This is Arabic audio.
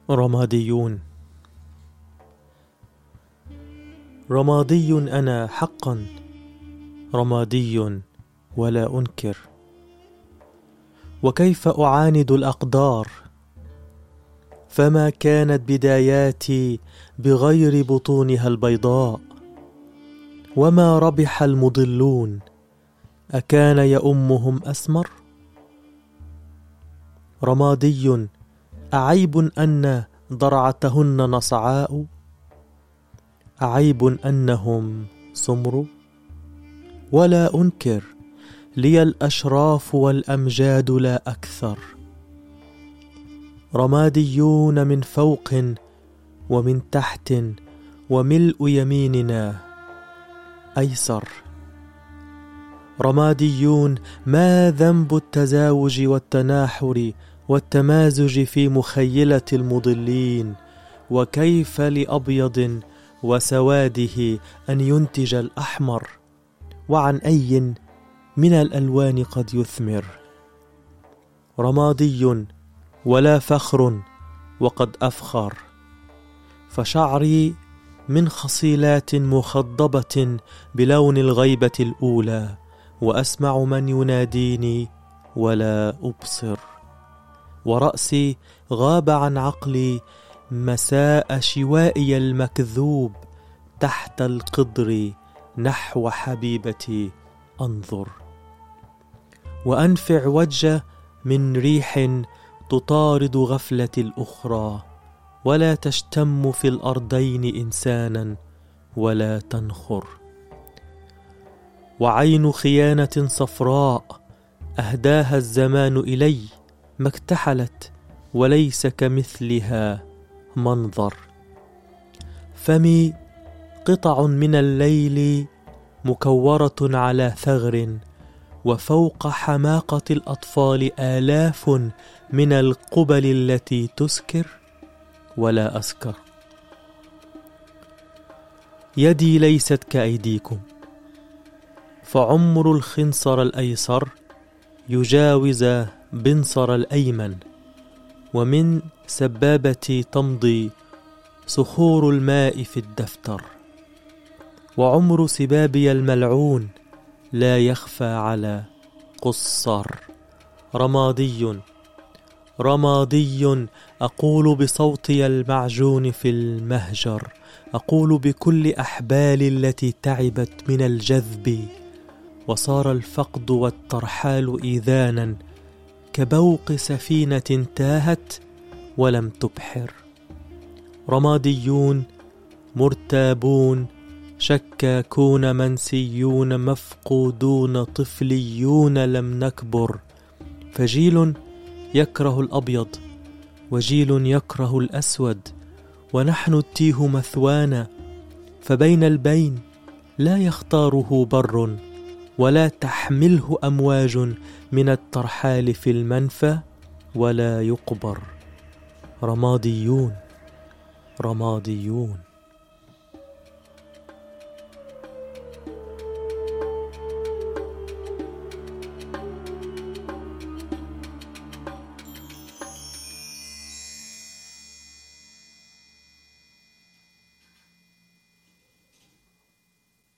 رماديون. رمادي أنا حقا، رمادي ولا أنكر. وكيف أعاند الأقدار؟ فما كانت بداياتي بغير بطونها البيضاء. وما ربح المضلون، أكان يؤمهم أسمر؟ رمادي أعيب أن ضرعتهن نصعاء؟ أعيب أنهم سمر؟ ولا أنكر، لي الأشراف والأمجاد لا أكثر. رماديون من فوق ومن تحت، وملء يميننا أيسر. رماديون ما ذنب التزاوج والتناحر والتمازج في مخيلة المضلين؟ وكيف لأبيض وسواده أن ينتج الأحمر؟ وعن أي من الألوان قد يثمر؟ رمادي ولا فخر وقد أفخر، فشعري من خصيلات مخضبة بلون الغيبة الأولى، وأسمع من يناديني ولا أبصر. ورأسي غاب عن عقلي مساء شوائي المكذوب، تحت القدر نحو حبيبتي أنظر. وأنفع وجه من ريح تطارد غفلة الأخرى، ولا تشتم في الأرضين إنسانا ولا تنخر. وعين خيانة صفراء أهداها الزمان إلي، ما اكتحلت وليس كمثلها منظر. فمي قطع من الليل مكورة على ثغر، وفوق حماقة الأطفال آلاف من القبل التي تسكر ولا أسكر. يدي ليست كأيديكم، فعمر الخنصر الأيسر يجاوز بنصر الأيمن، ومن سبابتي تمضي صخور الماء في الدفتر. وعمر سبابي الملعون لا يخفى على قصر. رمادي رمادي أقول بصوتي المعجون في المهجر، أقول بكل أحبالي التي تعبت من الجذب، وصار الفقد والترحال إيذانا كبوق سفينة تاهت ولم تبحر. رماديون مرتابون شكاكون منسيون مفقودون طفليون لم نكبر. فجيل يكره الأبيض وجيل يكره الأسود، ونحن التيه مثوانا، فبين البين لا يختاره بر، ولا تحمله أمواج من الترحال في المنفى ولا يقبر. رماديون رماديون.